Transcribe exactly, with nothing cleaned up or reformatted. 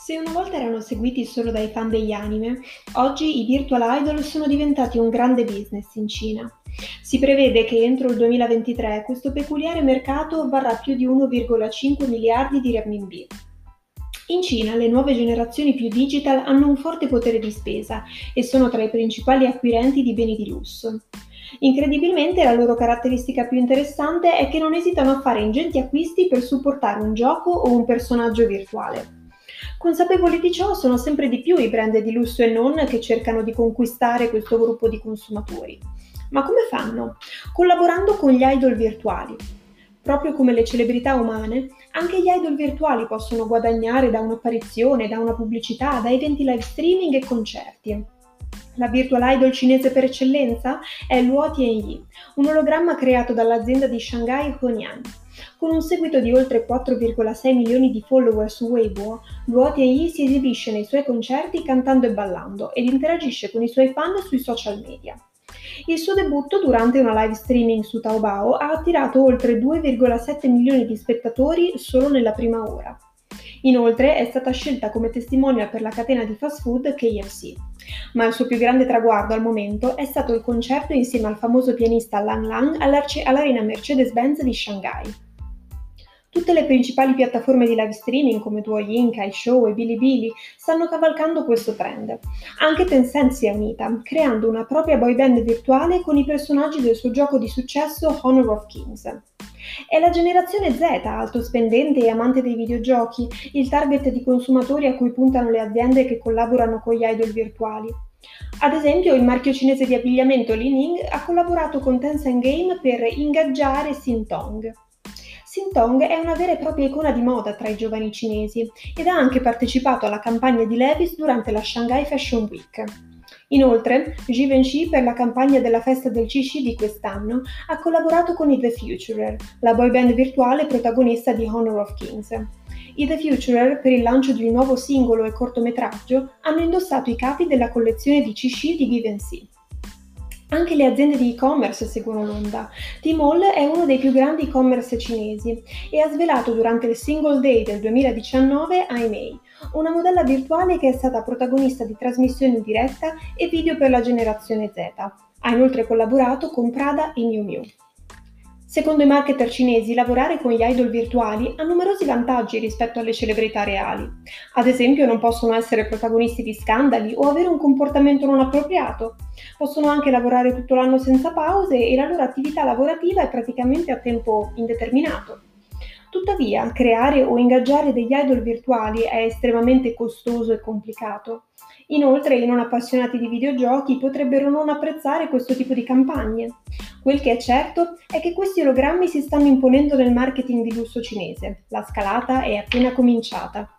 Se una volta erano seguiti solo dai fan degli anime, oggi i virtual idol sono diventati un grande business in Cina. Si prevede che entro il duemilaventitré questo peculiare mercato varrà più di uno virgola cinque miliardi di renminbi. In Cina le nuove generazioni più digital hanno un forte potere di spesa e sono tra i principali acquirenti di beni di lusso. Incredibilmente la loro caratteristica più interessante è che non esitano a fare ingenti acquisti per supportare un gioco o un personaggio virtuale. Consapevoli di ciò, sono sempre di più i brand di lusso e non che cercano di conquistare questo gruppo di consumatori. Ma come fanno? Collaborando con gli idol virtuali. Proprio come le celebrità umane, anche gli idol virtuali possono guadagnare da un'apparizione, da una pubblicità, da eventi live streaming e concerti. La virtual idol cinese per eccellenza è Luo Tianyi, un ologramma creato dall'azienda di Shanghai Huanian. Con un seguito di oltre quattro virgola sei milioni di follower su Weibo, Luo Tianyi si esibisce nei suoi concerti cantando e ballando ed interagisce con i suoi fan sui social media. Il suo debutto durante una live streaming su Taobao ha attirato oltre due virgola sette milioni di spettatori solo nella prima ora. Inoltre è stata scelta come testimonial per la catena di fast food K F C. Ma il suo più grande traguardo al momento è stato il concerto insieme al famoso pianista Lang Lang all'Arena Mercedes-Benz di Shanghai. Tutte le principali piattaforme di live streaming come Douyin, Kaishow e Bilibili stanno cavalcando questo trend. Anche Tencent si è unita, creando una propria boy band virtuale con i personaggi del suo gioco di successo Honor of Kings. È la generazione Z, alto spendente e amante dei videogiochi, il target di consumatori a cui puntano le aziende che collaborano con gli idol virtuali. Ad esempio, il marchio cinese di abbigliamento Li Ning ha collaborato con Tencent Game per ingaggiare Sintong. Sintong è una vera e propria icona di moda tra i giovani cinesi ed ha anche partecipato alla campagna di Levi's durante la Shanghai Fashion Week. Inoltre, Givenchy per la campagna della festa del Qixi di quest'anno ha collaborato con i The Futurer, la boy band virtuale protagonista di Honor of Kings. I The Futurer, per il lancio di un nuovo singolo e cortometraggio, hanno indossato i capi della collezione di Qixi di Givenchy. Anche le aziende di e-commerce seguono l'onda. Tmall è uno dei più grandi e-commerce cinesi e ha svelato durante il Single Day del duemiladiciannove Ai Mei, una modella virtuale che è stata protagonista di trasmissioni in diretta e video per la generazione Z. Ha inoltre collaborato con Prada e Miu Miu. Secondo i marketer cinesi, lavorare con gli idol virtuali ha numerosi vantaggi rispetto alle celebrità reali. Ad esempio, non possono essere protagonisti di scandali o avere un comportamento non appropriato. Possono anche lavorare tutto l'anno senza pause e la loro attività lavorativa è praticamente a tempo indeterminato. Tuttavia, creare o ingaggiare degli idol virtuali è estremamente costoso e complicato. Inoltre, i non appassionati di videogiochi potrebbero non apprezzare questo tipo di campagne. Quel che è certo è che questi ologrammi si stanno imponendo nel marketing di lusso cinese. La scalata è appena cominciata.